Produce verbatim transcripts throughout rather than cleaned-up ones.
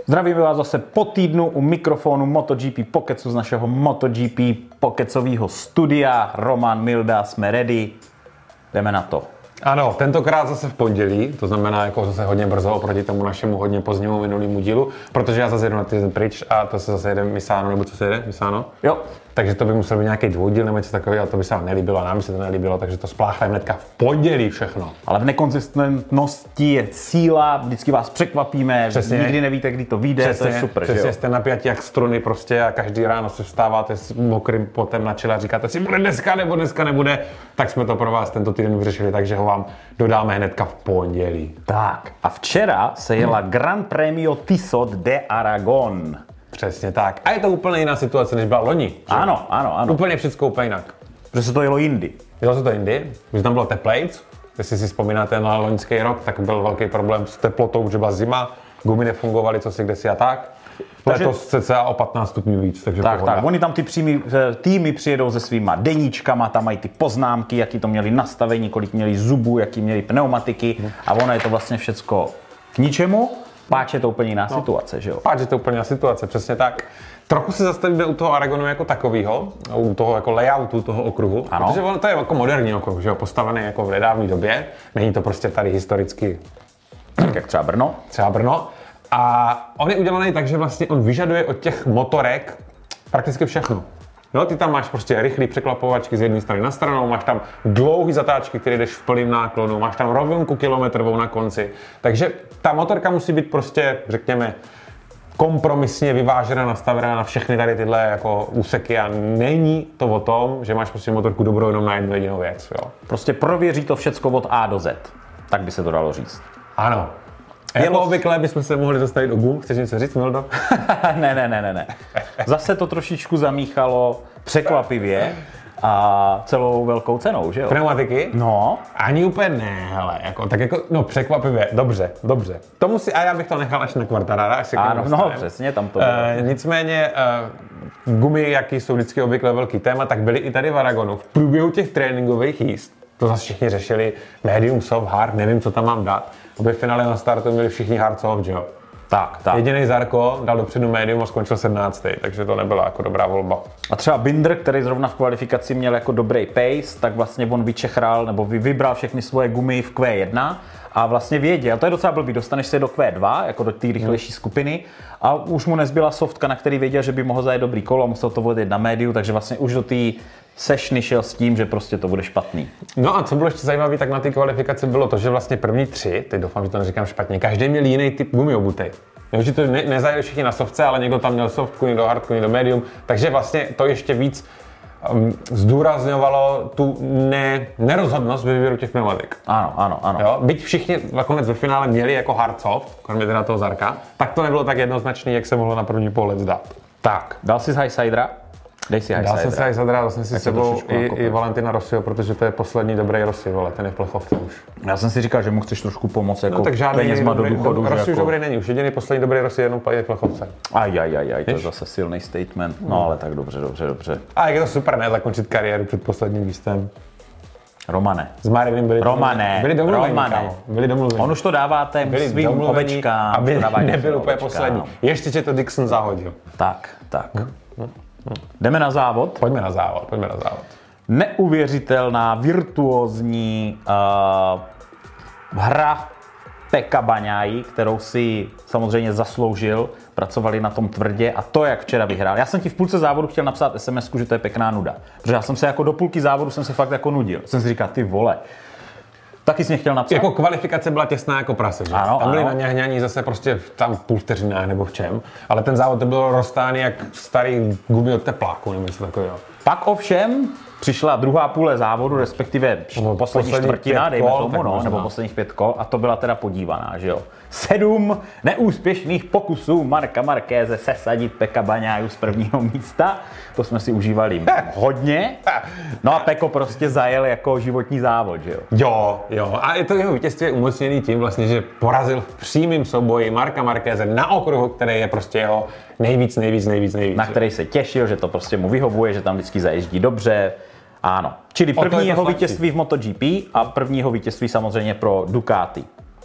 Zdravíme vás zase po týdnu u mikrofonu MotoGP Pokecu z našeho MotoGP Pokecového studia. Roman, Milda, jsme ready. Jdeme na to. Ano, tentokrát zase v pondělí, to znamená jako zase hodně brzo oproti tomu našemu hodně pozdnímu minulému dílu, protože já zase jedu na týden pryč a to se zase jede Misano, nebo co se jede? Misano? Jo. Takže to by musel být nějaký dvoudíl nebo něco takového, ale to by se nám nelíbilo a nám by se to nelíbilo, takže to spláchneme hnedka v pondělí všechno. Ale v nekonzistentnosti je síla, vždycky vás překvapíme, Přesně. Nikdy nevíte, kdy to vyjde, Přesně, to je super, přesně, že jo? jste napjatí jak struny prostě a každý ráno se vstáváte s mokrým potem na čele a říkáte si, bude dneska nebo dneska nebude, tak jsme to pro vás tento týden vyřešili, takže ho vám dodáme hnedka v pondělí. Tak, a včera se jela hmm. Gran Premio Tissot de Aragon. Přesně tak. A je to úplně jiná situace, než byla loni. Že? Ano, ano, ano. Úplně všechno úplně jinak. Protože se to jelo jindy. Jelo se to jindy, když tam bylo teplejc, jestli si vzpomínáte na loňský rok, tak byl velký problém s teplotou, že byla zima, gumy nefungovaly, co si kdesi a tak. Letos cca o patnáct stupňů víc, takže tak, pohoda. tak, oni tam ty přímý, týmy přijedou se svýma deníčkama, tam mají ty poznámky, jaký to měli nastavení, kolik měli zubů, jaký měli pneumatiky hmm. a ono je to vlastně všecko k ničemu. Páč je to úplně jiná no. situace, že jo? Páč je to úplně jiná situace, přesně tak. Trochu se zastavíme u toho Aragonu jako takového, u toho jako layoutu toho okruhu, ano. Protože ono to je jako moderní okruh, že jo, postavený jako v nedávné době. Není to prostě tady historicky tak jak třeba Brno. Třeba Brno. A on je udělaný tak, že vlastně on vyžaduje od těch motorek prakticky všechno. No, ty tam máš prostě rychlý překlapovačky z jedné strany na stranu, máš tam dlouhý zatáčky, které jdeš v plném náklonu, máš tam rovinku kilometrovou na konci. Takže ta motorka musí být prostě, řekněme, kompromisně vyvážená, nastavená na všechny tady tyhle jako úseky a není to o tom, že máš prostě motorku dobrou jenom na jednu jedinou věc. Jo. Prostě prověří to všecko od A do Z. Tak by se to dalo říct. Ano. Jako obvykle bychom se mohli zastavit o gum. Chceš něco říct, Mildo? ne, ne, ne, ne, ne. Zase to trošičku zamíchalo překvapivě a celou velkou cenou, že jo? Pneumatiky? No. Ani úplně ne, hele, jako, tak jako, no překvapivě, dobře, dobře. To musí, a já bych to nechal až na Quartarara, až se ano, no, přesně, tam to bylo. E, nicméně, e, gumy, jaký jsou vždycky obvykle velký téma, tak byly i tady v Aragonu. V průběhu těch tréninkových jízd, to zase všichni řešili, medium, soft, hard, nevím, co tam mám dát. Aby v finále na startu měli všichni hard soft, že jo? Tak, tak. Jediný Zarko dal dopředu medium a skončil sedmnáctý, takže to nebyla jako dobrá volba. A třeba Binder, který zrovna v kvalifikaci měl jako dobrý pace, tak vlastně on vyčechral nebo vybral všechny svoje gumy v Q jedna a vlastně věděl, to je docela blbý, dostaneš se do Q dva, jako do té rychlejší hmm. skupiny a už mu nezbyla softka, na který věděl, že by mohl zajet dobrý kolo a musel to vodit na médiu, takže vlastně už do té sešny šel s tím, že prostě to bude špatný. No a co bylo ještě zajímavé, tak na té kvalifikaci bylo to, že vlastně první tři, teď doufám, že to neříkám špatně, každý měl jiný typ gumy obutej. Jo, že to ne, nezajeli všichni na softce, ale někdo tam měl softku, někdo hardku, někdo medium, takže vlastně to ještě víc um, zdůrazňovalo tu ne, nerozhodnost ve výběru těch pneumatik. Ano, ano, ano. Jo, byť všichni nakonec ve finále měli jako hard soft, kromě teda toho Zarka, tak to nebylo tak jednoznačný, jak se mohlo na první pohled zdát. Tak, dal jsi z Highsidera? Dej si Dal jsem si Highsidera, dal jsem si s sebou i, i Valentina Rossiho, protože to je poslední dobrý Rossi, vole, ten je v plechovce už. Já jsem si říkal, že mu chceš trošku pomoct jako no, tak žádný penězma do důchodu. Do, Rossi jako... už dobrý není, už jediný poslední dobrý Rossi je jenom v plechovce. Aj, aj, aj, aj, to je zase silný statement, no hmm. ale tak dobře, dobře, dobře. A jak je to super, ne, zakončit kariéru před posledním místem. Romane. S Marinem byli Romane. Byli domluvení, Romane. kámo. Byli domluvení. On už to dáváte byli svým ovečkám. Aby nebyl úplně poslední. Ještě tě to Dixon zahodil. Tak, tak. Hmm. Hmm. Hmm. Jdeme na závod? Pojďme na závod, pojďme na závod. Neuvěřitelná, virtuózní uh, hra Pecca Bagnaia, kterou si samozřejmě zasloužil, pracovali na tom tvrdě a to, jak včera vyhrál. Já jsem ti v půlce závodu chtěl napsat es em esku, že to je pěkná nuda. Protože já jsem se jako do půlky závodu jsem se fakt jako nudil. Jsem si říkal, ty vole. Taky jsi mě chtěl napsat. Jako kvalifikace byla těsná jako prase, že? Ano, tam byli ano. naňahňaní zase prostě tam v půl vteřinách nebo v čem, ale ten závod to bylo roztáný jak starý gumy od tepláku nebo něco takového. Pak ovšem přišla druhá půle závodu, respektive no, poslední čtvrtina, dejme kol, tomu, no, nebo posledních pět kol a to byla teda podívaná, že jo. Sedm neúspěšných pokusů Marca Marqueze sesadit Pecca Bagnaiu z prvního místa, to jsme si užívali hodně. No a Pecco prostě zajel jako životní závod, že jo. Jo, jo. A je to jeho vítězství umocněný tím vlastně, že porazil v přímém souboji Marca Marqueze na okruhu, který je prostě jeho nejvíc, nejvíc, nejvíc, nejvíc. Na který se těšil, že to prostě mu vyhovuje, že tam vždycky zaježdí dobře. Ano. Čili první jeho vítězství v MotoGP a první jeho vítězství samozřejmě pro Ducati.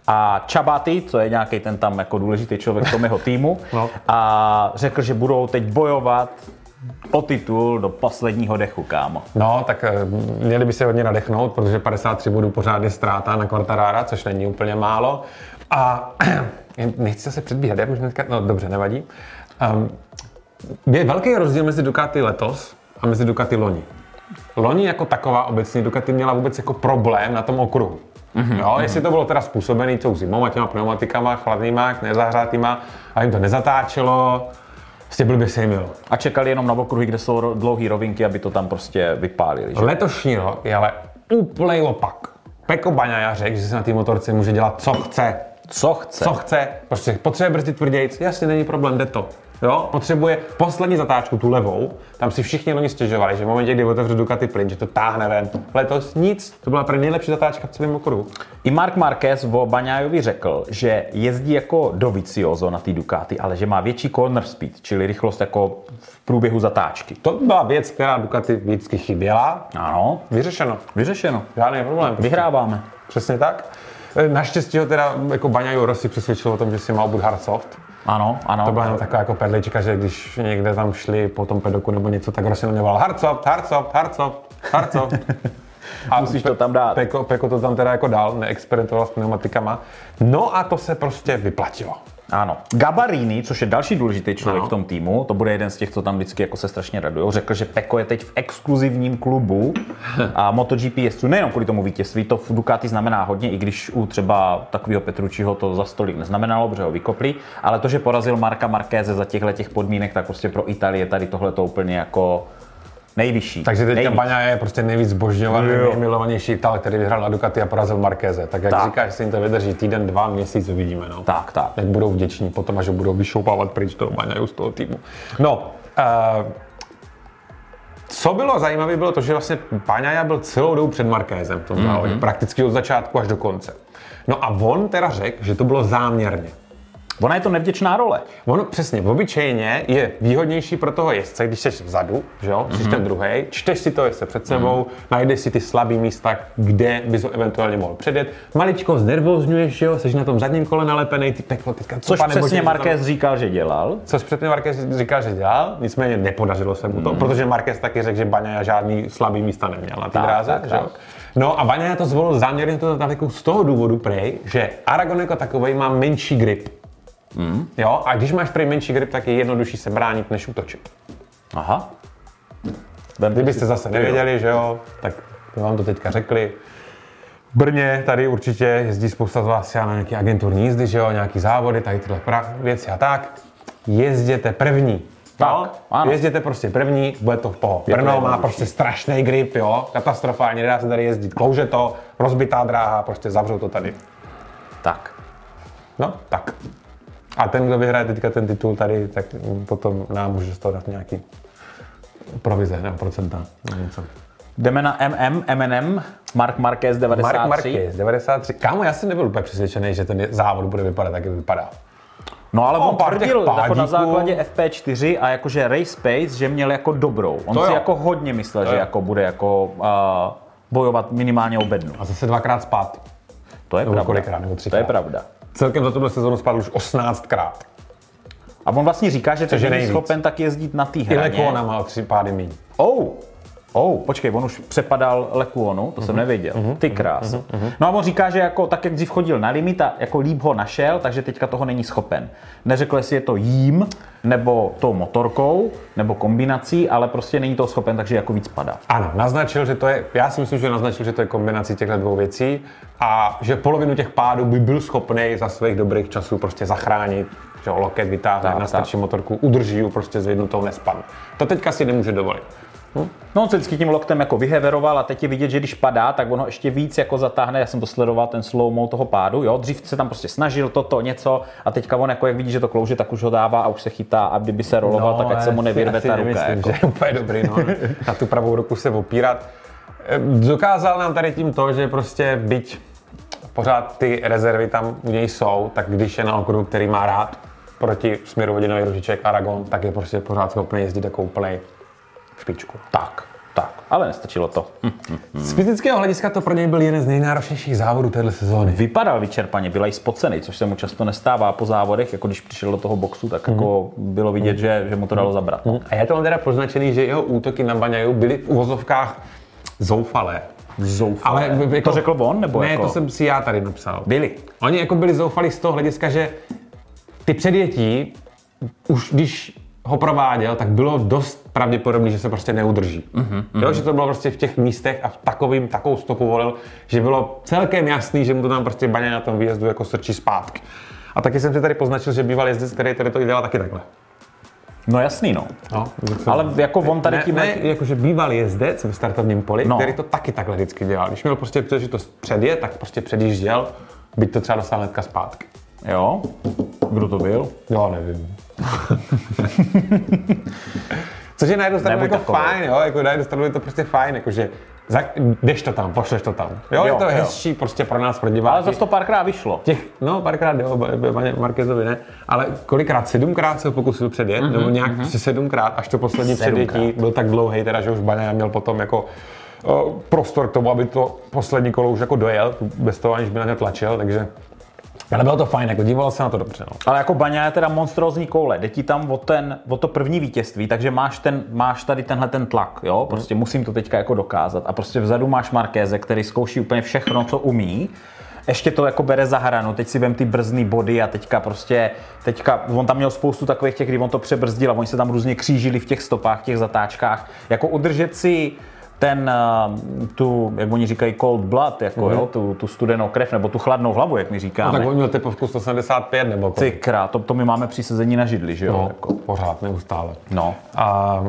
a Čabaty, co je nějaký ten tam jako důležitý člověk toho mého týmu, no. a řekl, že budou teď bojovat o titul do posledního dechu, kámo. No, tak měli by se hodně nadechnout, protože padesát tři bodů pořád je ztráta na Quartarara, což není úplně málo. A nechci se předbíhat, jak už dneska, no dobře, nevadí. Um, je velký rozdíl mezi Ducati letos a mezi Ducati loni. Loni jako taková obecně Ducati měla vůbec jako problém na tom okruhu. Mm-hmm, jo, mm-hmm. Jestli to bylo teda způsobený tou zimou a těma pneumatikama, chladnýma, nezahřátýma a jim to nezatáčelo, prostě blbě se jim jelo. A čekali jenom na okruhy, kde jsou dlouhý rovinky, aby to tam prostě vypálili. Že? Letošní rok je ale úplný opak. Pecco Bagnaia řekl, že se na té motorce může dělat co chce. Co chce? Co chce. Prostě potřebuje brzdit tvrdějc, jasně, není problém, jde to. Jo, potřebuje poslední zatáčku, tu levou, tam si všichni loni stěžovali, že v momentě, kdy otevře Ducati plyn, že to táhne ven. Letos nic, to byla první nejlepší zatáčka v celém okruhu. I Marc Marquez o Bagnaiovi řekl, že jezdí jako Dovizioso na té Ducati, ale že má větší corner speed, čili rychlost jako v průběhu zatáčky. To byla věc, která Ducati vždycky chyběla. Ano. Vyřešeno. Vyřešeno. Žádný problém. Prostě. Vyhráváme. Přesně tak. Naštěstí ho teda jako Bagnaio Rossi přesvědčil o tom, že si má obut hardsoft. Ano, ano. To byla jenom taková jako perlička, že když někde tam šli po tom pedoku nebo něco, tak Rossi naměval hardsoft, hardsoft, hardsoft, hardsoft. A musíš to tam dát. Peko, Peko to tam teda jako dal, neexperimentoval s pneumatikama. No a to se prostě vyplatilo. Ano. Gabarini, což je další důležitý člověk ano. v tom týmu, to bude jeden z těch, co tam vždycky jako se strašně radujou, řekl, že Pecco je teď v exkluzivním klubu a MotoGP jezdců, nejenom kvůli tomu vítězství, to v Ducati znamená hodně, i když u třeba takového Petrucciho to za stolik neznamenalo, protože ho vykopli, ale to, že porazil Marca Marqueze za těchto těch podmínek, tak prostě pro Italii tady tohle to úplně jako nejvyšší. Takže teďka nejvíc. Bagnaia je prostě nejvíc zbožňovaný, nejmilovanější Ital, který vyhrál na Ducati a porazil Marqueze. Tak jak tak. říkáš, se jim to vydrží týden, dva, měsíc, uvidíme. No. Tak, tak. Jak budou vděční potom, až ho budou vyšoupávat pryč toho Bagnaiu z toho týmu. No, uh, co bylo zajímavé, bylo to, že vlastně Bagnaia byl celou dobu před Marquezem v tom závodě, mm-hmm. prakticky od začátku až do konce. No a on teda řekl, že to bylo záměrně. Ona je to nevděčná role. Ono přesně, obyčejně je výhodnější pro toho jezdce, když jsi vzadu, že jo, jsi mm-hmm. ten druhej, čteš si to jezdce před sebou, mm-hmm. najdeš si ty slabý místa, kde bys ho eventuálně mohl předjet, maličko znervózňuješ, že jo, jsi na tom zadním kole nalepenej, ty peklo, teďka což přesně Marquez říkal, že dělal. Což přesně Marquez říkal, že dělal, nicméně nepodařilo se mu to, mm. protože Marquez taky řekl, že Bagnaia žádný slabý místa neměl na té dráze, že jo. No a Bagnaia to zvolil záměrně to daleko z toho důvodu prej, že Aragon jako takovej má menší grip. Mm. Jo, a když máš prej menší grip, tak je jednodušší se bránit, než útočit. Aha. Kdybyste zase nevěděli, že jo, tak vám to teďka řekli. V Brně tady určitě jezdí spousta z vás na nějaké agenturní jízdy, že jo, nějaký závody, tady tyhle věci a tak. Jezděte první. Tak, no, ano. Jezděte prostě první, bude to v pohodě. Brno má prostě strašný grip, jo, katastrofálně, nedá se tady jezdit, klouže to, rozbitá dráha, prostě zavřou to tady. Tak. No, tak. A ten, kdo vyhraje teďka ten titul tady, tak potom nám může z toho dát nějaký provize nebo procenta. Nebo něco. Jdeme na M M, M and M, Marc Marquez devadesát tři. Marc Marquez devadesát tři. Kámo, já jsem nebyl úplně přesvědčený, že ten závod bude vypadat tak, jak vypadá. No ale no, on tvrdil jako na základě F P čtyři a jakože Race Pace, že měl jako dobrou. On to si jo. jako hodně myslel, to že jo. jako bude jako uh, bojovat minimálně o bednu. A zase dvakrát spát. To je nebo pravda. Kolikrát, nebo třikrát. To je pravda. Celkem za tuhle sezónu spadl už osmnáctkrát. A on vlastně říká, že teď není schopen tak jezdit na té hraně. I Lecuona má tři pády míň. Oh. Oh, počkej, on už přepadal Lecuonu, to mm-hmm. jsem nevěděl. Mm-hmm. Ty krás. Mm-hmm. No a on říká, že jako, tak jak dřív chodil na limit a jako líp ho našel, takže teďka toho není schopen. Neřekl, jestli je to jím, nebo tou motorkou, nebo kombinací, ale prostě není to schopen, takže jako víc padá. Ano, naznačil, že to je, já si myslím, že naznačil, že to je kombinací těchto dvou věcí a že polovinu těch pádů by byl schopný za svých dobrých časů prostě zachránit, že ho loket vytáhne, nastrčí motorku, udrží ji prostě zvednutou, nespadne. To teďka si nemůže dovolit. Hm? No on se vždycky tím loktem jako vyheveroval a teď je vidět, že když padá, tak ono ještě víc jako zatáhne. Já jsem to sledoval, ten slow-mo toho pádu, jo. Dřív se tam prostě snažil toto, něco a teďka on jako jak vidí, že to klouže, tak už ho dává a už se chytá a kdyby se roloval, no, tak ať se mu nevyrve ta ruka. Nemyslím, jako. že je úplně dobrý, no, na tu pravou ruku se opírat. Dokázal nám tady tím to, že prostě byť pořád ty rezervy tam u něj jsou, tak když je na okruhu, který má rád proti směru hodinový ružiček Aragon, tak je prostě pořád schopný jezdit jako úplnej špičku. Tak, tak. ale nestačilo to. Hm, hm, hm. Z fyzického hlediska to pro něj byl jeden z nejnáročnějších závodů téhle sezóny. Vypadal vyčerpaně, byla i spocený, což se mu často nestává po závodech, jako když přišel do toho boxu, tak jako bylo vidět, že, že mu to dalo zabrat. No. A já to mám teda poznačený, že jeho útoky na Baňaju byly v uvozovkách zoufalé. Zoufalé. Ale jako, to řekl on? Nebo ne, jako... to jsem si já tady napsal. Byli. Oni jako byli zoufalí z toho hlediska, že ty předjetí, už když ho prováděl, tak bylo dost pravděpodobné, že se prostě neudrží. Mm-hmm. Jo, že to bylo prostě v těch místech a v takovým, takovou stopu volil, že bylo celkem jasný, že mu to tam prostě Baňa na tom výjezdu jako strčí zpátky. A taky jsem si tady poznačil, že býval jezdec, který tady to dělal taky takhle. No jasný, no. no ale jako on tady tím... Ne, ne jakože býval jezdec ve startovním poli, no. který to taky takhle vždycky dělal. Když měl prostě příležitost předjet, tak prostě předjížděl, byť to třeba dostal hnedka zpátky. Jo? Kdo to byl? Jo, nevím. Což je na jednu stranu jako takový. Fajn, jo, jako na jednu stranu je to prostě fajn, jakože za, jdeš to tam, pošleš to tam. Jo, jo je to jo. hezčí prostě pro nás, pro diváky. Ale zase to párkrát vyšlo. Těch, no párkrát jo, Marquezovi ne, ale kolikrát, sedmkrát se ho pokusil předjet, mm-hmm, nebo nějak mm-hmm. prostě sedmkrát, až to poslední předjetí byl tak dlouhý, teda, že už Baňa měl potom jako uh, prostor k tomu, aby to poslední kolo už jako dojel, bez toho aniž by na ně tlačil, takže ale bylo to fajn, jako díval se na to dobře. No. Ale jako Baňa je teda monstrózní koule, jde ti tam o, ten, o to první vítězství, takže máš, ten, máš tady tenhle ten tlak, jo, prostě hmm. musím to teďka jako dokázat a prostě vzadu máš Markéze, který zkouší úplně všechno, co umí, ještě to jako bere za hranu, teď si vem ty brzdný body a teďka prostě, teďka, on tam měl spoustu takových těch, kdy on to přebrzdil a oni se tam různě křížili v těch stopách, v těch zatáčkách, jako udržet si ten, tu, jak oni říkají, cold blood, jako mm-hmm. jo, tu, tu studenou krev, nebo tu chladnou hlavu, jak my říkáme. No tak on měl tepovku sto sedmdesát pět, nebo kolik? Ty krát, to, to my máme při sezení na židli, že jo? No, jako. Pořád, neustále. No. A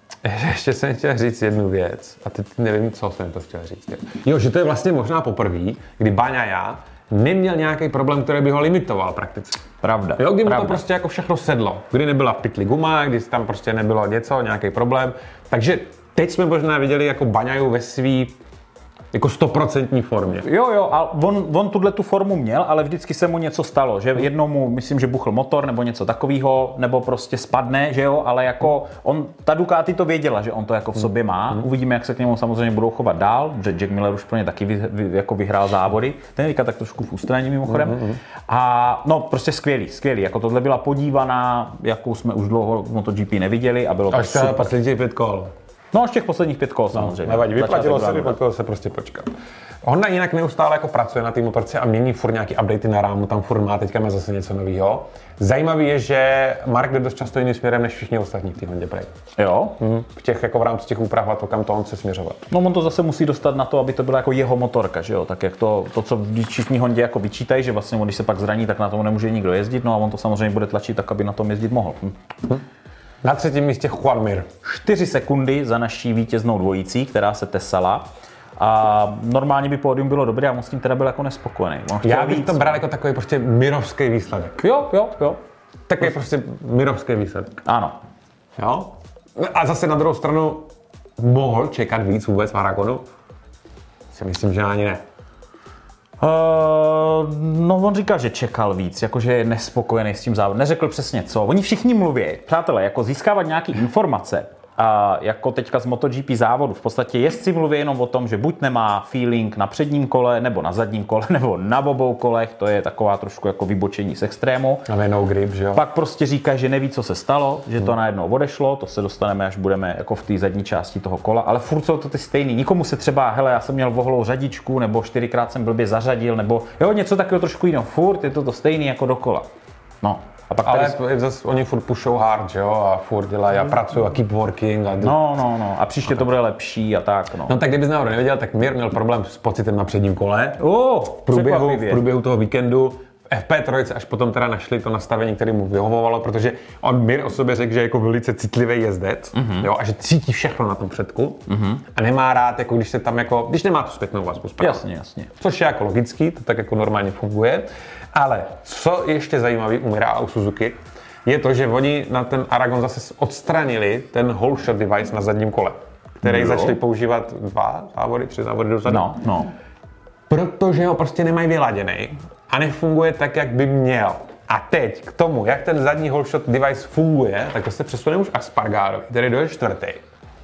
ještě jsem chtěl říct jednu věc, a teď nevím, co jsem to chtěl říct. Jo, že to je vlastně možná poprvé, kdy Baňa já neměl nějaký problém, který by ho limitoval prakticky. Pravda. Jo, kdy mu Pravda. to prostě jako všechno sedlo. Kdy nebyla v pytli guma, kdy tam prostě nebylo něco, nějaký problém. Takže teď jsme možná viděli jako Baňaju ve svý jako stoprocentní formě. Jo, jo, a on, on tuhle tu formu měl, ale vždycky se mu něco stalo, že jednomu, myslím, že buchl motor nebo něco takového, nebo prostě spadne, že jo, ale jako on, ta Ducati to věděla, že on to jako v sobě má. Mm. Uvidíme, jak se k němu samozřejmě budou chovat dál, že Jack Miller už pro ně taky vy, vy, jako vyhrál závody, ten říká tak trošku v ústraní mimochodem. Mm, mm. A no, prostě skvělý, skvělý, jako tohle byla podívaná, jakou jsme už dlouho v MotoGP neviděli a bylo to až super. Až poslední pět kol. No, až těch posledních pět kol samozřejmě. No, nevadí, vyplatilo se, vyplatilo se prostě počkat. Honda jinak neustále jako pracuje na té motorce a mění furt nějaký updaty na rámu, tam furt má, teďka má zase něco nového. Zajímavý je, že Mark jde dost často jiným směrem než všichni ostatní v té Hondě prej. Jo? Mm, v těch jako v rámci těch úprav a to, kam to on chce směřovat. No, on to zase musí dostat na to, aby to byla jako jeho motorka, že jo? Tak jak to, to co všichni Hondě jako vyčítají, že vlastně on, když se pak zraní, tak na tom nemůže nikdo jezdit, no a on to samozřejmě bude tlačit tak, aby na tom jezdit mohl. Hm. Hm. Na třetím místě Juan Mir. čtyři sekundy za naší vítěznou dvojicí, která se tesala. A normálně by pódium bylo dobré, a on s tím teda byl jako nespokojený. Já bych víc, to bral jako takový prostě mirovský výsledek. Jo, jo, jo. Takový prostě mirovský výsledek. Ano. Jo? A zase na druhou stranu mohl čekat víc vůbec v Aragonu? Si myslím, že ani ne. Uh, no on říkal, že čekal víc, jakože je nespokojený s tím závodem. Neřekl přesně co. Oni všichni mluví, přátelé, jako získávat nějaké informace, a jako teďka z MotoGP závodu. V podstatě jezdci mluví jenom o tom, že buď nemá feeling na předním kole, nebo na zadním kole, nebo na obou kolech, to je taková trošku jako vybočení z extrému. A no grip, že jo? Pak prostě říká, že neví, co se stalo, že to hmm. najednou odešlo, to se dostaneme, až budeme jako v té zadní části toho kola, ale furt jsou to ty stejný. Nikomu se třeba, hele, já jsem měl voholou řadičku, nebo čtyřikrát jsem blbě zařadil, nebo jo, něco takového trošku jiného. Furt je to to stejný jako dokola. No. A pak ale tady... zase oni furt pushou hard, že jo, a furt dělají a pracují a keep working. A no, no, no. A příště a to bude lepší a tak, no. No tak kdybys náhodou nevěděl, tak Mir měl problém s pocitem na předním kole. Oh, v, průběhu, v průběhu toho víkendu. V F P tři až potom teda našli to nastavení, které mu vyhovovalo, protože on Mir o sobě řekl, že je jako velice citlivý jezdec, mm-hmm. jo, a že cítí všechno na tom předku mm-hmm. a nemá rád, jako když se tam jako, když nemá tu zpětnou vazbu správně. Jasně, jasně. Což je jako logický, to tak jako normálně funguje. Ale co je ještě zajímavý u Mira a u Suzuki, je to, že oni na ten Aragon zase odstranili ten whole shot device na zadním kole, který no. začali používat dva závody, tři závody dozadu. No, no. Protože ho prostě nemají vyladěný a nefunguje tak, jak by měl. A teď k tomu, jak ten zadní whole shot device funguje, tak to se přesune už Aspargarovi, který dojel čtvrtý.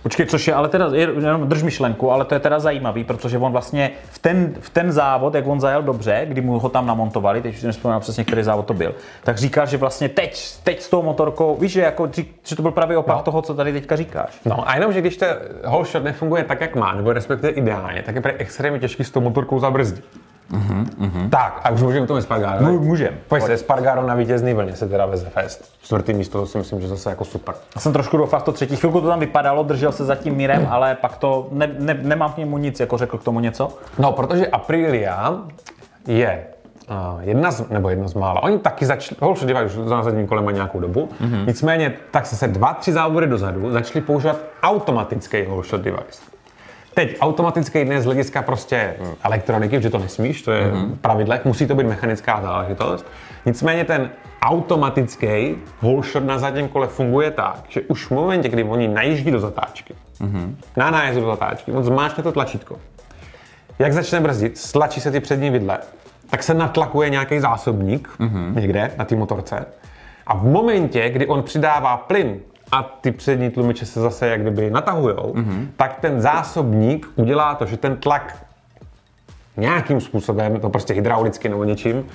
Počkej, což je, ale teda, jenom drž myšlenku, ale to je teda zajímavý, protože on vlastně v ten, v ten závod, jak on zajel dobře, kdy mu ho tam namontovali, teď už si nevzpomínám přesně, který závod to byl, tak říkal, že vlastně teď, teď s tou motorkou, víš, že, jako, že to byl právě opak no. toho, co tady teďka říkáš. No a jenom, že když ten whole shot nefunguje tak, jak má, nebo respektive ideálně, tak je prý extrémně těžký s tou motorkou zabrzdit. Uh-huh, uh-huh. Tak, a už můžeme k tomu Espargaro. No, můžeme. Pojď se, Espargaro na vítězný vlně se teda veze fest. Čtvrtý místo, to si myslím, že zase jako super. Já jsem trošku doufal v to třetí, chvilku to tam vypadalo, držel se za tím mírem, ale pak to, ne, ne, nemám k němu nic, jako řekl k tomu něco. No, protože Aprilia je uh, jedna z, nebo jedna z mála. Oni taky začali, whole shot device už za zadním kolem má nějakou dobu, mm-hmm. nicméně tak se dva, tři závody dozadu začali používat automatický whole shot device. Teď automatický dnes z hlediska prostě elektroniky, že to nesmíš, to je mm-hmm. pravidlech, musí to být mechanická záležitost. Nicméně ten automatický whole shot na zadním kole funguje tak, že už v momentě, kdy oni najíždí do zatáčky, mm-hmm. na nájezdu do zatáčky, on zmáčkne to tlačítko. Jak začne brzdit, stlačí se ty přední vidle, tak se natlakuje nějaký zásobník mm-hmm. někde na té motorce a v momentě, kdy on přidává plyn, a ty přední tlumiče se zase jak kdyby natahujou, mm-hmm. tak ten zásobník udělá to, že ten tlak nějakým způsobem, to prostě hydraulicky nebo něčím,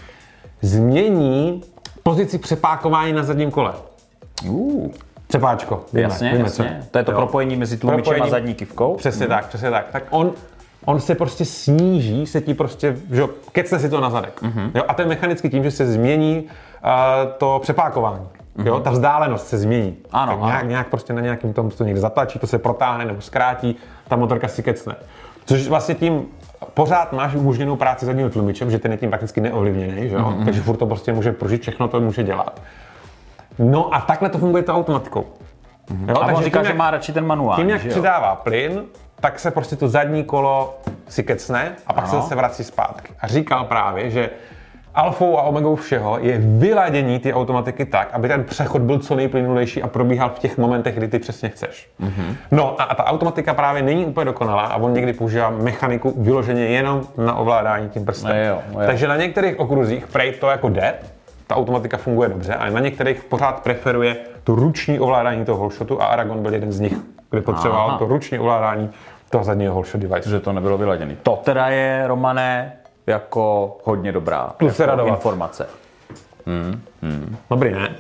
změní pozici přepákování na zadním kole. Uh. Přepáčko. Víme, jasně, víme jasně. Co? To je to jo. propojení mezi tlumičem propojení, a zadní kivkou? Přesně mm. tak, přesně tak. Tak on, on se prostě sníží, se ti prostě, že kecne si to na zadek. Mm-hmm. Jo, a to je mechanicky tím, že se změní uh, to přepákování. Jo, ta vzdálenost se změní. Ano, tak nějak, nějak prostě na nějakém tom to někde zatlačí, to se protáhne nebo zkrátí, ta motorka si kecne. Což vlastně tím pořád máš umožněnou práci zadním tlumičem, že ten je tím prakticky neovlivněný, že jo? Mm-hmm. Takže furt to prostě může prožít, všechno to může dělat. No a takhle to funguje to automatikou. Mm-hmm. Jo, a on říká, tím, že má radši ten manuál. Tím, jak přidává plyn, tak se prostě to zadní kolo si kecne a pak ano. se zase vrací zpátky. A říkal právě, že alfou a omegou všeho je vyladění ty automatiky tak, aby ten přechod byl co nejplynulejší a probíhal v těch momentech, kdy ty přesně chceš. Mm-hmm. No a, a ta automatika právě není úplně dokonalá a on někdy používá mechaniku vyloženě jenom na ovládání tím prstem. No jo, no jo. Takže na některých okruzích prej to jako jde, ta automatika funguje dobře, ale na některých pořád preferuje to ruční ovládání toho whole shotu a Aragon byl jeden z nich, kde potřeboval Aha. to ruční ovládání toho zadního whole shot device. Že to nebylo vyladěné. To teda je, Romane, jako hodně dobrá jako informace. Hmm, hmm. Dobrý, ne?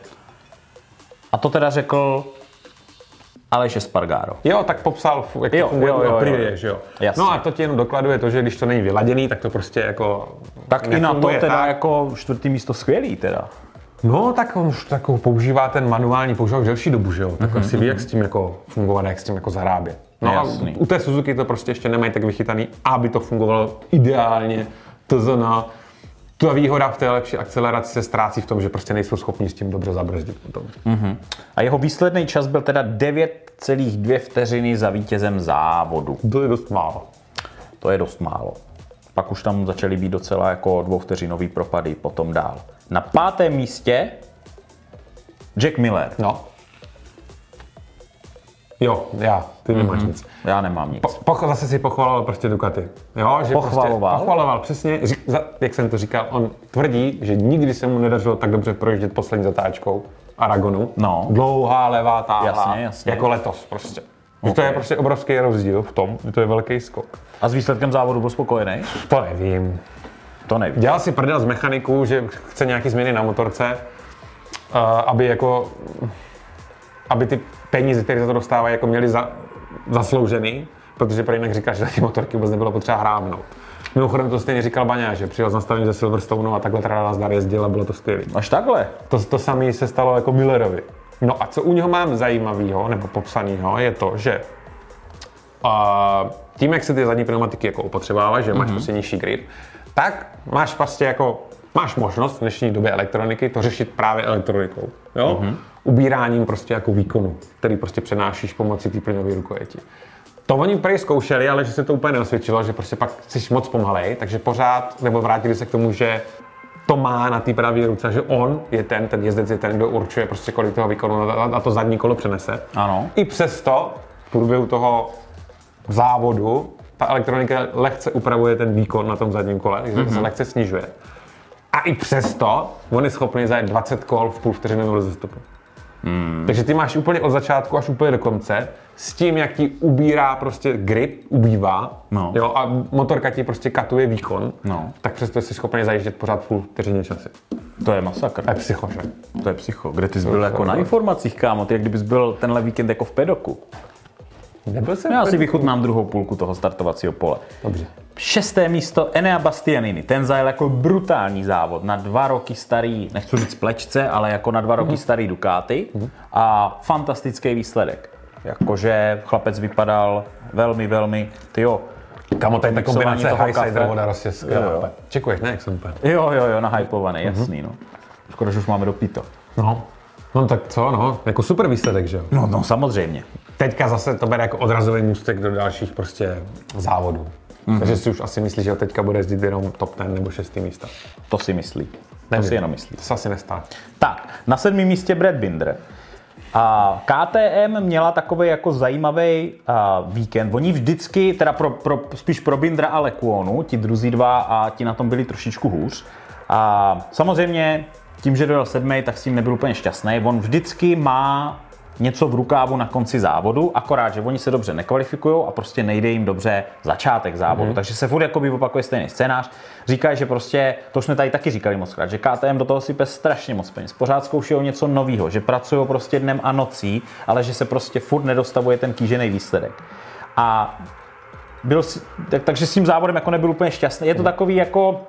A to teda řekl Aleš Espargaro. Jo, tak popsal, jak to funguje u Aprilie, že jo. Jasně. No a to ti jenom dokladuje to, že když to není vyladěný, tak to prostě jako tak i na to teda tak. Jako čtvrtý místo skvělý teda. No, tak on už tak používá ten manuální, používá už delší dobu, že jo. Tak mm-hmm. asi ví, jak s tím jako fungovat, jak s tím jako zarábět. No Jasný. A u té Suzuki to prostě ještě nemají tak vychytaný, aby to fungovalo ideálně. To znamená, ta výhoda v té lepší akceleraci se ztrácí v tom, že prostě nejsou schopni s tím dobře zabrzdit. Mm-hmm. A jeho výsledný čas byl teda devět celá dvě vteřiny za vítězem závodu. To je dost málo. To je dost málo. Pak už tam začaly být docela jako dvouvteřinový propady potom dál. Na pátém místě Jack Miller. No. Jo, já, ty nemáš mm-hmm. nic. Já nemám nic. Po, po, zase si pochvaloval prostě Ducati. Jo, že pochvaloval? Prostě pochvaloval, přesně, řík, za, jak jsem to říkal, on tvrdí, že nikdy se mu nedařilo tak dobře projíždět poslední zatáčkou Aragonu. No. Dlouhá, levá, táhla, jasně, jasně. jako letos prostě. Okay. To je prostě obrovský rozdíl v tom, že to je velký skok. A s výsledkem závodu byl spokojený? To nevím. To nevím. Dělal si prdel z mechaniku, že chce nějaký změny na motorce, uh, aby jako, aby ty peníze, které za to dostávají, jako měli za, zasloužený, protože pro jinak říkáš, že na ty motorky vůbec nebylo potřeba hrábnout. Mimochodem to stejně říkal Baňa, že přijel z nastavení ze Silverstone a takhle teda nazdar jezdil a bylo to skvělé. Až takhle? To, to samé se stalo jako Millerovi. No a co u něho mám zajímavého nebo popsaného, je to, že uh, tím, jak se ty zadní pneumatiky jako opotřebávají, že mm-hmm. máš prostě nižší grip, tak máš prostě jako, máš možnost v dnešní době elektroniky to řešit právě elektronikou, jo? Mm-hmm. Ubíráním prostě jako výkonu, který prostě přenášíš pomocí té plynové rukojeti. To oni prej zkoušeli, ale že se to úplně neosvědčilo, že prostě pak jsi moc pomalej, takže pořád, nebo vrátili se k tomu, že to má na té pravé ruce, že on je ten, ten jezdec je ten, kdo určuje prostě kolik toho výkonu a to zadní kolo přenese. Ano. I přesto v průběhu toho závodu ta elektronika lehce upravuje ten výkon na tom zadním kole, takže mm-hmm. se lehce snižuje. A i přesto on je schopný zajet dvacet kol v půl vteřinovém rozestupu. Hmm. Takže ty máš úplně od začátku až úplně do konce, s tím, jak ti ubírá prostě grip, ubývá, no. jo, a motorka ti prostě katuje výkon, no. tak přesto jsi schopný zajíždět pořád půl vteřině časy. To je masakr. To je psycho, že? To je psycho. Kde ty jsi byl jako na informacích, kámo, ty jak kdybys byl tenhle víkend jako v pedoku. Nebyl jsem Já si vychutnám druhou půlku toho startovacího pole. Dobře. Šesté místo Enea Bastianini. Ten zajel jako brutální závod na dva roky starý, nechci říct plečce, ale jako na dva roky starý Ducati a fantastický výsledek. Jakože chlapec vypadal velmi, velmi, tyjo. Kamo, tady ta kombinace Highsider voda prostě skvělá. Čekuješ, ne, jak jsem úplně. Jo, jo, jo, nahypovaný, jasný, no. Škoda, že už máme dopito. No. No tak co, no, jako super výsledek, že jo? No, no, samozřejmě. Teďka zase to bere jako odrazový můstek do dalších prostě závodů. Mm-hmm. Takže si už asi myslíš, že teďka bude jezdit jenom top deset nebo šestý místa. To si myslí. Nevím. To si jenom myslí. To se asi nestane. Tak, na sedmém místě Brad Binder. A K T M měla takový jako zajímavý uh, víkend. Oni vždycky, teda pro, pro, spíš pro Bindra a Lecuonu, ti druzí dva a ti na tom byli trošičku hůř. A samozřejmě tím, že dojel sedmý, tak s tím nebyl úplně šťastný. On vždycky má něco v rukávu na konci závodu, akorát, že oni se dobře nekvalifikují a prostě nejde jim dobře začátek závodu. Mm-hmm. Takže se furt jakoby opakuje stejný scénář. Říkají, že prostě, to už jsme tady taky říkali moc krát, že K T M do toho sype strašně moc peněz. Pořád zkoušejí něco nového, že pracují prostě dnem a nocí, ale že se prostě furt nedostavuje ten kýžený výsledek. A byl si, tak, takže s tím závodem jako nebyl úplně šťastný. Je to takový jako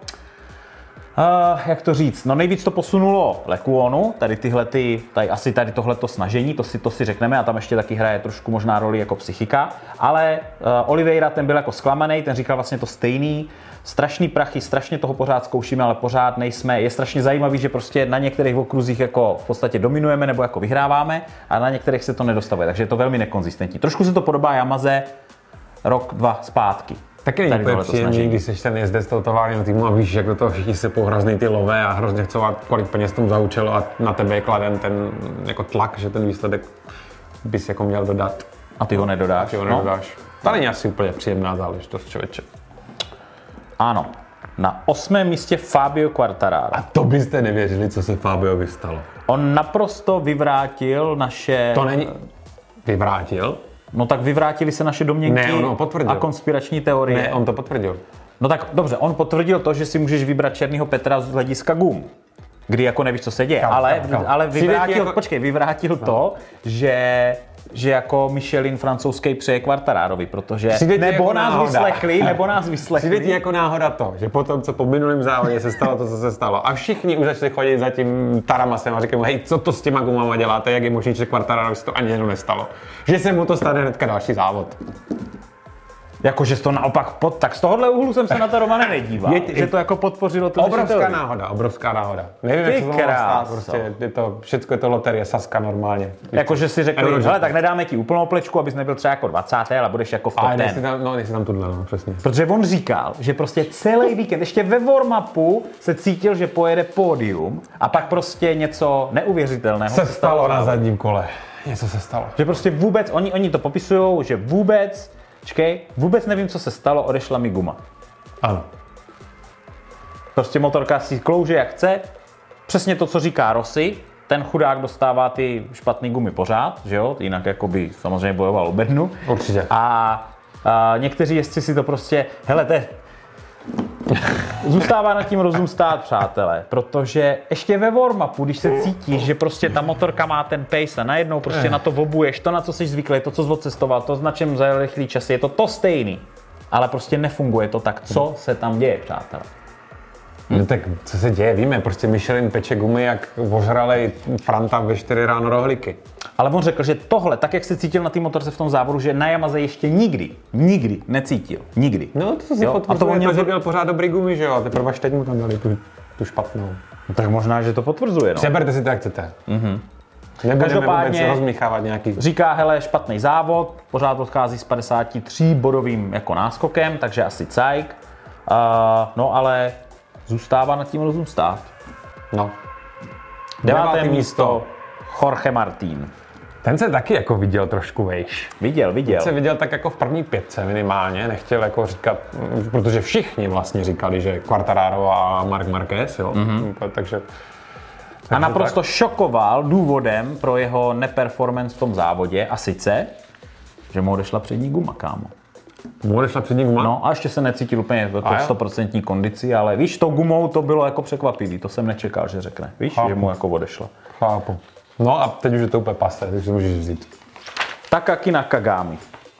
Uh, jak to říct, no nejvíc to posunulo Lecuonu, tady tyhle ty, tady asi tady tohleto snažení, to si, to si řekneme a tam ještě taky hraje trošku možná roli jako psychika, ale uh, Oliveira ten byl jako zklamaný, ten říkal vlastně to stejný, strašný prachy, strašně toho pořád zkoušíme, ale pořád nejsme, je strašně zajímavý, že prostě na některých okruzích jako v podstatě dominujeme nebo jako vyhráváme a na některých se to nedostavuje, takže je to velmi nekonzistentní. Trošku se to podobá Yamaze rok, dva zpátky. Taky není úplně příjemný, když jsi ten jezdec toho továrního týmu a víš, jak do toho všichni se pohrazný ty lové a hrozně chcou, a kolik peněz tomu zaučilo a na tebe je kladen ten jako tlak, že ten výsledek bys jako měl dodat. A ty ho nedodáš. A ty ho nedodáš. No. To není asi úplně příjemná záležitost, člověče. Ano. Na osmém místě Fabio Quartararo. A to byste nevěřili, co se Fabiovi stalo. On naprosto vyvrátil naše... To není... Vyvrátil? No tak vyvrátili se naše domněnky ne, on potvrdil. A konspirační teorie. Ne, on to potvrdil. No tak dobře, on potvrdil to, že si můžeš vybrat černýho Petra z hlediska gum. Kdy jako nevíš, co se děje. Kam, ale, kam, kam. ale vyvrátil, jako... počkej, vyvrátil no. to, že... že jako Michelin francouzský přeje Quartararovi, protože nebo jako nás náhoda. vyslechli, nebo nás vyslechli. Přijde ti jako náhoda to, že potom, co po minulém závodě se stalo to, co se stalo a všichni už začali chodit za tím Taramasem a říkají mu, hej, co to s těma gumama děláte, jak je možný, že Quartararovi se to ani jednou nestalo. Že se mu to stane hnedka další závod. Jakože to naopak pod, tak z tohohle úhlu jsem se na to, Romane, nedíval. Je, že to jako podpořilo to. Obrovská náhoda, obrovská náhoda. Nevím, jak se to mohlo stát, prostě je to, všecko je to loterie, Saska normálně. Jakože si řekli, hele, tak nedáme ti úplnou plečku, abys nebyl třeba jako dvacátý, ale budeš jako v top deset. ten. Tam, no, nejsi tam tuhle, no, přesně. Protože on říkal, že prostě celý víkend, ještě ve warm-upu se cítil, že pojede pódium a pak prostě něco neuvěřitelného se stalo na zadním kole. Něco se stalo. Že prostě vůbec, oni, oni to popisujou, že vůbec Čkej, vůbec nevím, co se stalo, odešla mi guma. Ano. Prostě motorka si klouže jak chce, přesně to, co říká Rossi, ten chudák dostává ty špatný gumy pořád, že jo, jinak jako by samozřejmě bojoval o bednu. Určitě. A, a někteří jezdci si to prostě, hele, te, zůstává nad tím rozum stát, přátelé, protože ještě ve warm-upu, když se cítíš, že prostě ta motorka má ten pace a najednou prostě eh. na to obuješ, to, na co jsi zvyklý, to, co jsi odcestoval, to, na čem zajel rychlý časy, je to to stejný, ale prostě nefunguje to tak, co se tam děje, přátelé. No tak co se děje, víme, prostě Michelin peče gumy jak ožralej Franta ve čtyři ráno rohlíky. Ale on řekl, že tohle, tak jak se cítil na té motorce v tom závodu, že na Yamaze ještě nikdy, nikdy necítil. Nikdy. No to se potvrzuje, to, měl... to, že byl pořád dobrý gumy, že jo, a teprve až teď mu tam dali tu, tu špatnou. No, tak možná, že to potvrzuje, no. Přeberte si to, jak chcete. Mm-hmm. Nebudeme vůbec rozmíchávat nějaký... Říká, hele, špatný závod, pořád odchází s padesát tři bodovým jako náskokem, takže asi cajk. Uh, no ale zůstává nad tím rozum stát. No. Deváté místo Jorge Martín. Ten se taky jako viděl trošku vejš. Viděl, viděl. Ten se viděl tak jako v první pětce minimálně, nechtěl jako říkat, protože všichni vlastně říkali, že Quartararo a Marc Marquez, jo, mm-hmm. takže a naprosto tak šokoval důvodem pro jeho neperformance v tom závodě a sice, že mu odešla přední guma, kámo. Mu odešla přední guma? No a ještě se necítil úplně v sto procent kondici, ale víš, tou gumou to bylo jako překvapivý, to jsem nečekal, že řekne, víš, Chápu. že mu jako odešla. Chápu. No a teď už je to úplně pase, takže si můžeš vzít. Takaki Nakagami.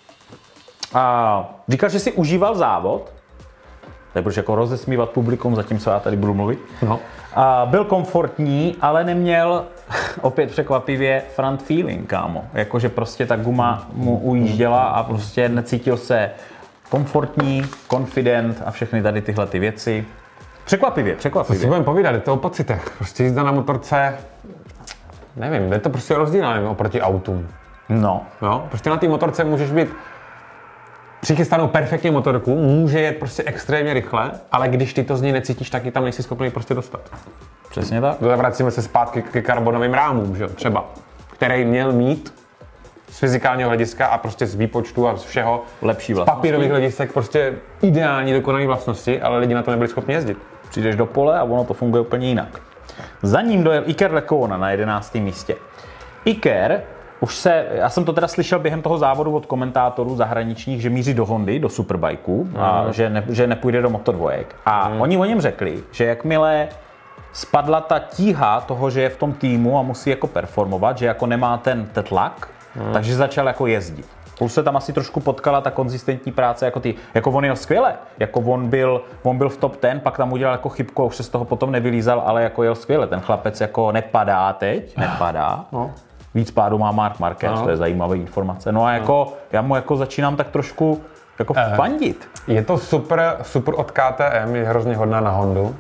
A říkal, že si užíval závod, tak budeš jako rozesmívat publikum, zatímco já tady budu mluvit. No. A byl komfortní, ale neměl, opět překvapivě, front feeling, kámo. Jakože prostě ta guma mu ujížděla a prostě necítil se komfortní, confident a všechny tady tyhle ty věci. Překvapivě, překvapivě. Co si budeme povídat, je to o pocitech. Prostě jízda na motorce, nevím, je to prostě rozdílné oproti autům. No. No, prostě na té motorce můžeš být přichystanou perfektně motorku, může jet prostě extrémně rychle, ale když ty to z něj necítíš, tak ji tam nejsi schopný prostě dostat. Přesně tak. Vracíme se zpátky k karbonovým rámům, že jo, třeba, který měl mít z fyzikálního hlediska a prostě z výpočtu a z všeho lepší vlastnosti. Z papírových hledisek prostě ideální dokonalé vlastnosti, ale lidi na to nebyli schopni jezdit. Přijdeš do pole a ono to funguje úplně jinak. Za ním dojel Iker Lecuona na jedenáctém místě. Iker už se, já jsem to teda slyšel během toho závodu od komentátorů zahraničních, že míří do Hondy, do Superbikeů mm. a že, ne, že nepůjde do Moto dva. A mm. oni o něm řekli, že jakmile spadla ta tíha toho, že je v tom týmu a musí jako performovat, že jako nemá ten, ten tlak, mm. takže začal jako jezdit. Plus se tam asi trošku potkala ta konzistentní práce, jako ty, jako on jel skvěle, jako on byl, on byl v top ten, pak tam udělal jako chybku a už se z toho potom nevylízal, ale jako jel skvěle. Ten chlapec jako nepadá teď, nepadá. No. Víc pádu má Marc Marquez, no. To je zajímavá informace. No a jako, no. já mu jako začínám tak trošku jako eh, fandit. Je to super, super od K T M, je hrozně hodná na Hondu,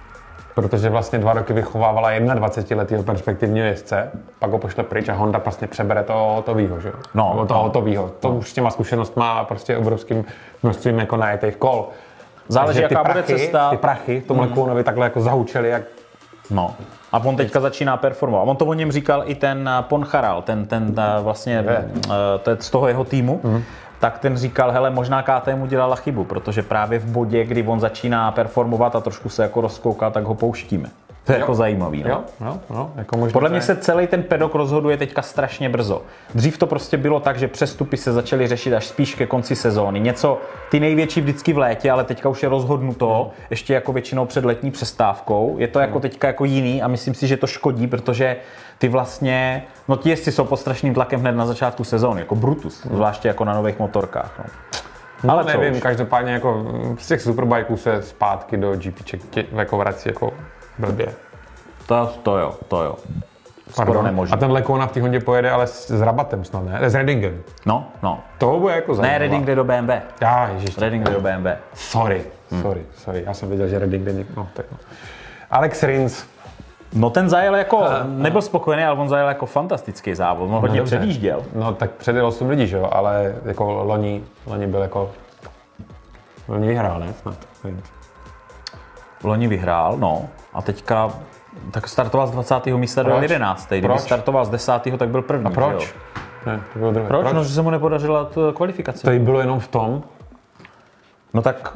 protože vlastně dva roky vychovávala dvacetiletého perspektivního jezdce, pak ho pošle pryč a Honda vlastně přebere toho hotovýho, že jo? No. Nebo toho hotovýho. To už s těma zkušenostma a prostě obrovským množstvím jako najetých kol. Záleží, jaká prachy, bude cesta. Ty prachy v tom Lecouonovi mm. takhle jako zahučeli, jak... No. A on teďka začíná performovat. On to o něm říkal i ten Poncharal, ten, ten vlastně to je z toho jeho týmu, mm. tak ten říkal, hele, možná K T M udělala chybu, protože právě v bodě, kdy on začíná performovat a trošku se jako rozkouká, tak ho pouštíme. To je jo. jako zajímavý. No? Jo, jo, jo. Jako možná Podle mě se celý ten pedok rozhoduje teďka strašně brzo. Dřív to prostě bylo tak, že přestupy se začaly řešit až spíš ke konci sezóny. Něco, ty největší vždycky v létě, ale teďka už je rozhodnuto, hmm. ještě jako většinou před letní přestávkou. Je to jako hmm. teďka jako jiný a myslím si, že to škodí, protože ty vlastně, no ti jezdci jsou pod strašným tlakem hned na začátku sezóny, jako Brutus, hmm. zvláště jako na nových motorkách. No. No, ale nevím, už? Každopádně jako z těch superbikeů se zpátky do GPček jako vrací jako blbě. To, to jo, to jo. Skoro nemožné. A ten Lecouona v té Hondě pojede ale s, s Rabatem snad, ne? S Reddingem. No, no. To bude jako zajímavé. Ne, Redding jde do B M W. Já, ježiš. Redding jde do B M W. Sorry, hmm. sorry, sorry. Já jsem věděl, že Redding jde někdo. No, tak no. Alex Rins. No ten zajel jako, a, nebyl spokojený, ale on zajel jako fantastický závod. On hodně no, předjížděl. No tak předjel osm lidí, že jo, ale jako loni, loni byl jako, loni vyhrál, ne? Snad. Loni vyhrál, no. A teďka, tak startoval z dvacátého místa do jedenáctého Kdyby startoval z desátého tak byl první. A proč? Ne, to bylo druhé. Proč? proč? No, že se mu nepodařila tu kvalifikace. To jí bylo jenom v tom? No tak...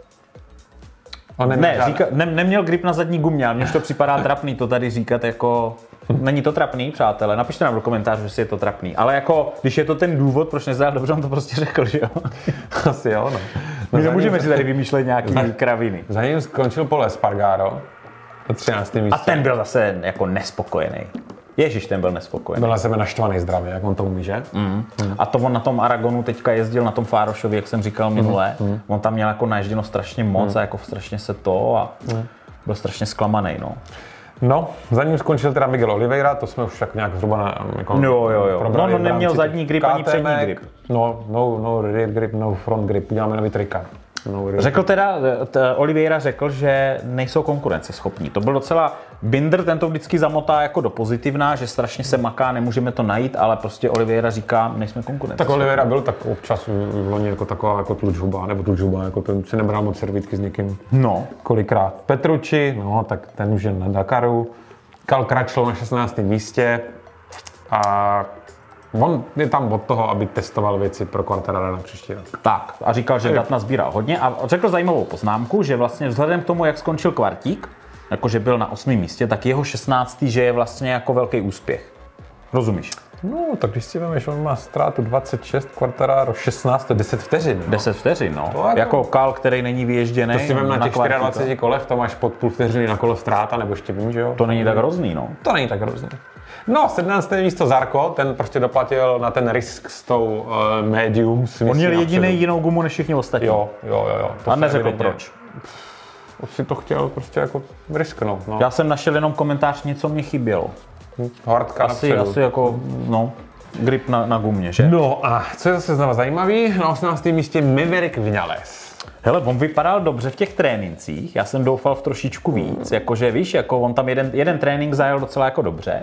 Ne, říka, ne, neměl grip na zadní gumě, ale mně to připadá trapný to tady říkat jako... Není to trapný, přátelé? Napište nám do komentářů, že si je to trapný. Ale jako, když je to ten důvod, proč nezajel dobře, on to prostě řekl, že jo? Asi jo, no. My nemůžeme si tady vymýšlet nějaký za, kraviny. Za ním skončil Pol Espargaro na třináctém místě. A ten byl zase jako nespokojený. Ježíš, ten byl nespokojený. Byl na sebe naštvaný zdravě, jak on to umí, že? Mm. Mm. A to on na tom Aragonu teďka jezdil, na tom Fárošovi, jak jsem říkal minule. Mm. On tam měl jako naježděno strašně moc mm. a jako strašně se to a mm. byl strašně zklamaný, no. No, za ním skončil teda Miguel Oliveira, to jsme už tak nějak zhruba na, jako jo, jo, jo. No, no neměl zadní grip ani přední grip. No, no, no rear grip, no front grip, uděláme nový trika. No, řekl teda, t, Oliveira řekl, že nejsou konkurenceschopní. To byl docela, Binder ten to vždycky zamotá jako do pozitivná, že strašně se maká, nemůžeme to najít, ale prostě Oliveira říká, nejsme konkurenceschopní. Tak Oliveira byl tak občas v loni jako taková jako tlučhuba, nebo tlučhuba, jako ten si nebral moc servítky s někým. No. Kolikrát. Petrucci, no, tak ten už je na Dakaru. Cal Crutchlow na šestnáctém místě. A on je tam od toho, aby testoval věci pro Quartarara na příští rok. Tak a říkal, že dat nazbíral hodně a řekl zajímavou poznámku, že vlastně vzhledem k tomu, jak skončil Kvartík, jakože byl na osmém místě, tak jeho šestnáctý že je vlastně jako velký úspěch. Rozumíš? No, tak když si vemeš, on má ztrátu dvacet šest, Quartararo šestnáct, to deset vteřin. No. deset vteřin, no. To jako, jako kál, který není vyježděný. To si vem na těch dvacet čtyři kolech, to máš pod půl vteřiny na kolo ztráta, nebo ještě vím, že jo? To není tak hrozný, no. To není tak hrozný. No, sedmnácté místo Zarco, ten prostě doplatil na ten risk s tou uh, medium. On měl jediný jinou gumu než všichni ostatní. Jo, jo, jo. jo. To a neřekl proč. Už si to chtěl prostě jako risknout, no. Já jsem našel jenom komentář, něco mě chybělo. Hardka asi, asi jako, no, grip na, na gumě, že? No a co je zase znovu zajímavý, na osmnáctém místě Maverick Viñales. Hele, on vypadal dobře v těch trénincích, já jsem doufal v trošičku víc, jakože víš, jako on tam jeden, jeden trénink zajel docela jako dobře.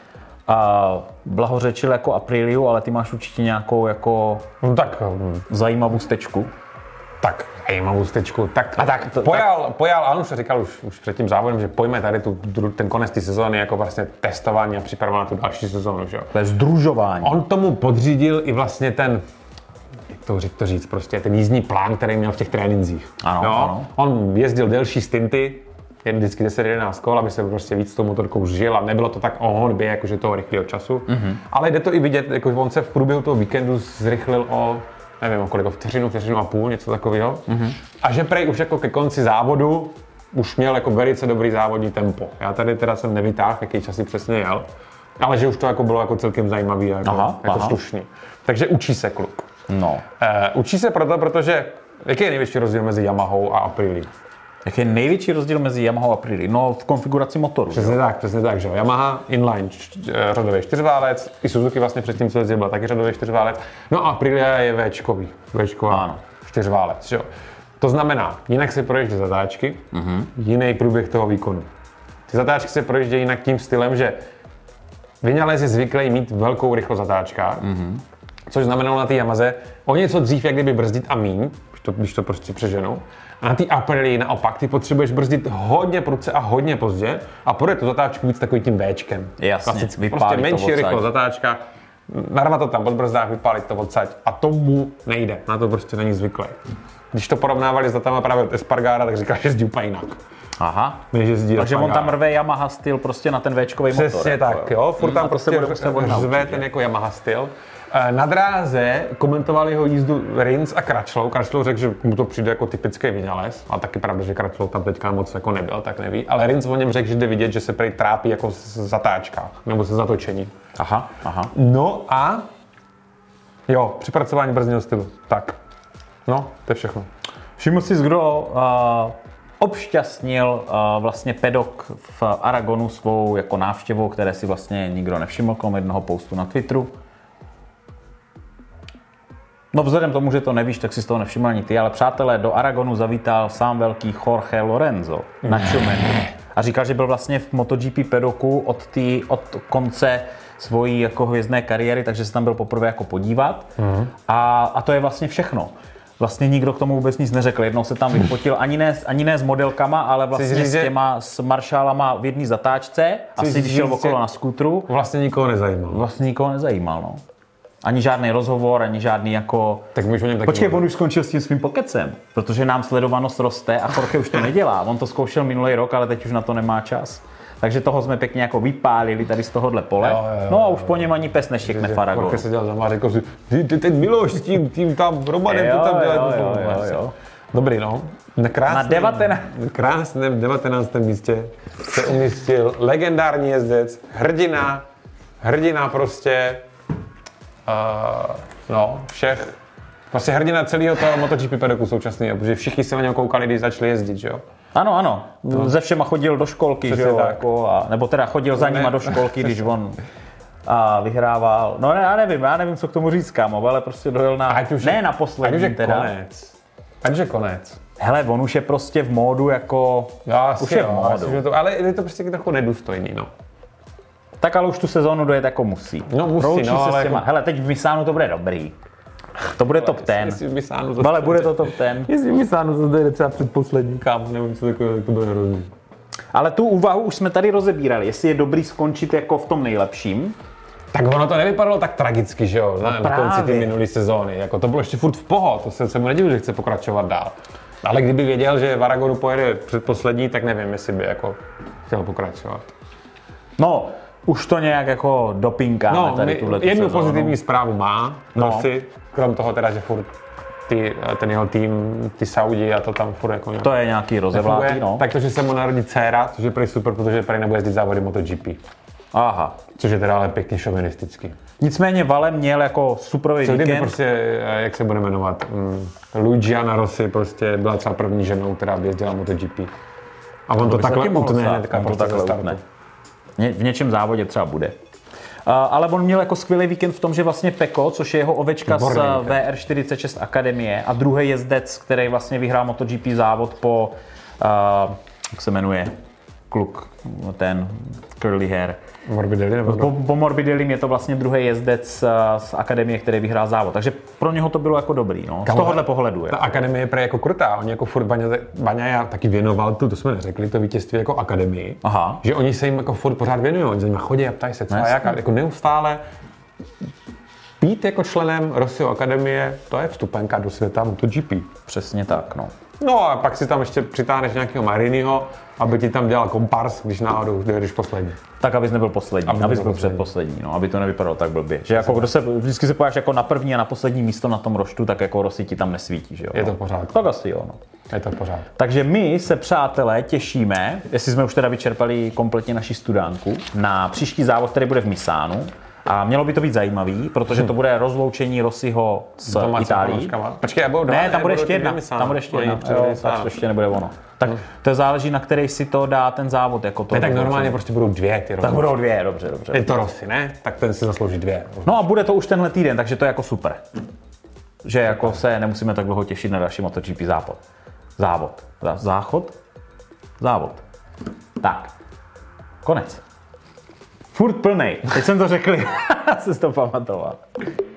A blahořečil jako Apriliu, ale ty máš určitě nějakou jako no tak, zajímavou stečku. Tak, zajímavou stečku. Tak, a tak, to, pojal, tak. pojal, a on už říkal už, už před tím závodem, že pojme tady tu, ten konec té sezóny jako vlastně testování a příprava na tu další sezónu, že jo. To je združování. On tomu podřídil i vlastně ten, jak to, jak to říct, prostě ten jízdní plán, který měl v těch trénincích. Ano, jo? ano. On jezdil delší stinty, jen vždycky deset jedenáct kol, aby se prostě víc s tou motorkou žil a nebylo to tak o honbě, jakože toho rychlého času. Mm-hmm. Ale jde to i vidět, jako on se v průběhu toho víkendu zrychlil o, nevím, o kolik, o vteřinu, vteřinu a půl, něco takového. Mm-hmm. A že prej už jako ke konci závodu už měl jako velice dobrý závodní tempo. Já tady teda jsem nevytáhl, jaký časy přesně jel, ale že už to jako bylo jako celkem zajímavý a jako, aha, jako aha. slušný. Takže učí se kluk. No. E, učí se proto, protože jaký je největší rozdíl mezi Yamahou a Aprilií? Jaký je největší rozdíl mezi Yamahou a Aprilií? No, v konfiguraci motoru. Přesně jo? tak, přesně tak, že jo. Yamaha inline řadový čtyřválec, i Suzuki vlastně předtím, co jezdil, byl taky řadový čtyřválec. No a Aprilia je Včkový, Včková čtyřválec, že jo. To znamená, jinak se projíždí zatáčky, mm-hmm. jiný průběh toho výkonu. Ty zatáčky se projíždějí jinak tím stylem, že Viñales je zvyklý mít velkou rychlost zatáčkách, mm-hmm. což znamenalo na té Yamaze o něco dřív, jak kdyby brzdit a míň, když to, když to prostě přeženu. A na té Aprilii naopak ty potřebuješ brzdit hodně prudce a hodně pozdě a půjde tu zatáčku víc takovým tím Včkem. Jasně, vypálí prostě menší to rychlost zatáčka, narvat to tam pod brzdách, vypálit to odsaď a tomu nejde, na to prostě není zvyklý. Když to porovnávali s datama právě od Espargara, tak říkal, že jezdí úplně jinak. Aha, než jezdí takže on tam rve Yamaha styl prostě na ten Včkový motor. Přesně tak, jako, jo, furt tam prostě řve ten jako Yamaha styl. Na dráze komentoval jeho jízdu Rins a Crutchlow. Crutchlow řekl, že mu to přijde jako typický Viñales, a taky pravda, že Crutchlow tam teďka moc jako nebyl, tak neví. Ale Rins o něm řekl, že jde vidět, že se prej trápí jako z zatáčkách, nebo se zatočení. Aha, aha. No a jo, přepracování brzdního stylu. Tak, no, to je všechno. Všiml jsi, kdo uh, obšťastnil uh, vlastně pedok v Aragonu svou jako návštěvou, které si vlastně nikdo nevšiml, kolem jednoho postu na Twitteru. No vzhledem tomu, že to nevíš, tak si z toho nevšiml ani ty, ale přátelé, do Aragonu zavítal sám velký Jorge Lorenzo na Chumenu. A říkal, že byl vlastně v MotoGP pedoku od, tý, od konce svojí jako hvězdné kariéry, takže se tam byl poprvé jako podívat. Mm. A, a to je vlastně všechno. Vlastně nikdo k tomu vůbec nic neřekl. Jednou se tam vyfotil ani ne, ani ne s modelkama, ale vlastně s těma s maršálama v jedné zatáčce. Asi když šel okolo na skútru. Vlastně nikoho nezajímal. Vlastně nikoho nezajímal, no. Ani žádný rozhovor, ani žádný jako... Tak můžu o něm taky Počkej, on už skončil s tím svým pokecem, protože nám sledovanost roste a Jorge už to nedělá. On to zkoušel minulý rok, ale teď už na to nemá čas. Takže toho jsme pěkně jako vypálili tady z tohohle pole. Jo, jo, jo, no a už po něm ani pes neštěkne v Aragonu. Jorge se dělal za má, řekl si, ty, ty, ten Miloš s tím, tím tam Romanem, to tam dělá. Jo, jo, jo, jo. Dobrý, no. Na krásném, na devatená... krásném devatenáctém místě se umístil legendární jezdec, hrdina, hrdina prostě, uh, no, všech, prostě hrdina celého toho MotoGP pedoku současného, protože všichni se na něho koukali, když začali jezdit, že jo? Ano, ano. No. Ze všema chodil do školky, přesně že jo? Jako, a, nebo teda chodil za nima do školky, když on a vyhrával. No ne, já nevím, já nevím, co k tomu říct, kámo, ale prostě dojel na, ať už ne je, na poslední ať už je teda. Konec. Ať už je konec. Hele, on už je prostě v módu jako... Já už je jo, v módu. Asi, to, ale je to prostě trochu nedůstojný, no. Tak ale už tu sezónu dojet jako musí. No musí, Proučí no, ale... Těma... Hele, teď v Misánu to bude dobrý. To bude top ten. Ale bude to top ten. Jestli Misánu to dojde třeba předposlední, kámo, nevím, co takového, to bude hrozný. Ale tu úvahu už jsme tady rozebírali, jestli je dobrý skončit jako v tom nejlepším. Tak ono to nevypadalo tak tragicky, že jo, no na konci té minulé sezóny. Jako to bylo ještě furt v poho, to jsem se mu nedivil, že chce pokračovat dál. Ale kdyby věděl, že v Aragonu pojede předposlední, tak nevím, jestli by jako chtěl pokračovat. No, už to nějak jako dopinkáme no, tady tuhletu jednu sezónu. pozitivní zprávu má, No. Rossi, krom toho teda, že furt ty, ten jeho tým, ty Saudi a to tam furt jako nějak To je nějaký rozevlátý, no. Tak to, že se mu narodí dcéra, což je prý super, protože prý nebude jezdit závody MotoGP. Aha. Což je teda ale pěkně šovinistický. Nicméně Vale měl jako superový Co kdyby víkend. prostě, jak se bude jmenovat, um, Luigiana Rossi prostě byla třeba první ženou, která by jezdila MotoGP. A on to, to takhle utne hnedka on to prostě takhle utne. Ně, v něčem závodě třeba bude. Uh, ale on měl jako skvělý víkend v tom, že vlastně Pecco, což je jeho ovečka z V R čtyřicet šest Akademie a druhý jezdec, který vlastně vyhrál MotoGP závod po, uh, jak se jmenuje, kluk, ten curly hair. Morbidelli nebo po, po Morbidelli je to vlastně druhý jezdec z Akademie, který vyhrál závod. Takže pro něho to bylo jako dobrý, no. Z tohohle pohledu. Ta Akademie je prý jako krutá. Oni jako furt Baňaja taky věnoval, to, to jsme neřekli, to vítězství jako Akademii. Aha. Že oni se jim jako furt pořád věnují. Oni za nimi chodí a ptají se, co a jak. A jako neustále být jako členem Rossiho Akademie, to je vstupenka do světa MotoGP. Přesně tak, no. No a pak si tam ještě přitáhneš nějakého Mariniho, aby ti tam dělal kompars, když náhodou dojedeš poslední. Tak, abys nebyl poslední, Aby abys nebyl byl poslední. předposlední, no, aby to nevypadalo tak blbě. Že jako kdo se, vždycky se pojáš jako na první a na poslední místo na tom roštu, tak jako Rossi ti tam nesvítí, že jo? Je to v pořádku. Tak asi jo, no. Je to v pořádku. Takže my se, přátelé, těšíme, jestli jsme už teda vyčerpali kompletně naši studánku, na příští závod, který bude v Misánu. A mělo by to být zajímavý, protože to bude rozloučení Rossiho s Itálií. Počkej, já budu dva, Ne, tam bude budu ještě jedna, Misánu. tam bude ještě Oni jedna, přijeli jo, tak sám. to ještě nebude ono. Tak to záleží, na který si to dá ten závod. Jako to Ne, tak rozloučení. normálně prostě budou dvě ty Tak rozloučení. budou dvě, dobře, dobře. Je to Rossi, ne? Tak ten si zaslouží dvě. No a bude to už tenhle týden, takže to je jako super. Že jako se nemusíme tak dlouho těšit na další MotoGP závod. Závod. Zá- Záchod? Závod. Tak. Konec. Furt plnej. Teď jsem to řekl, já jsem to pamatoval.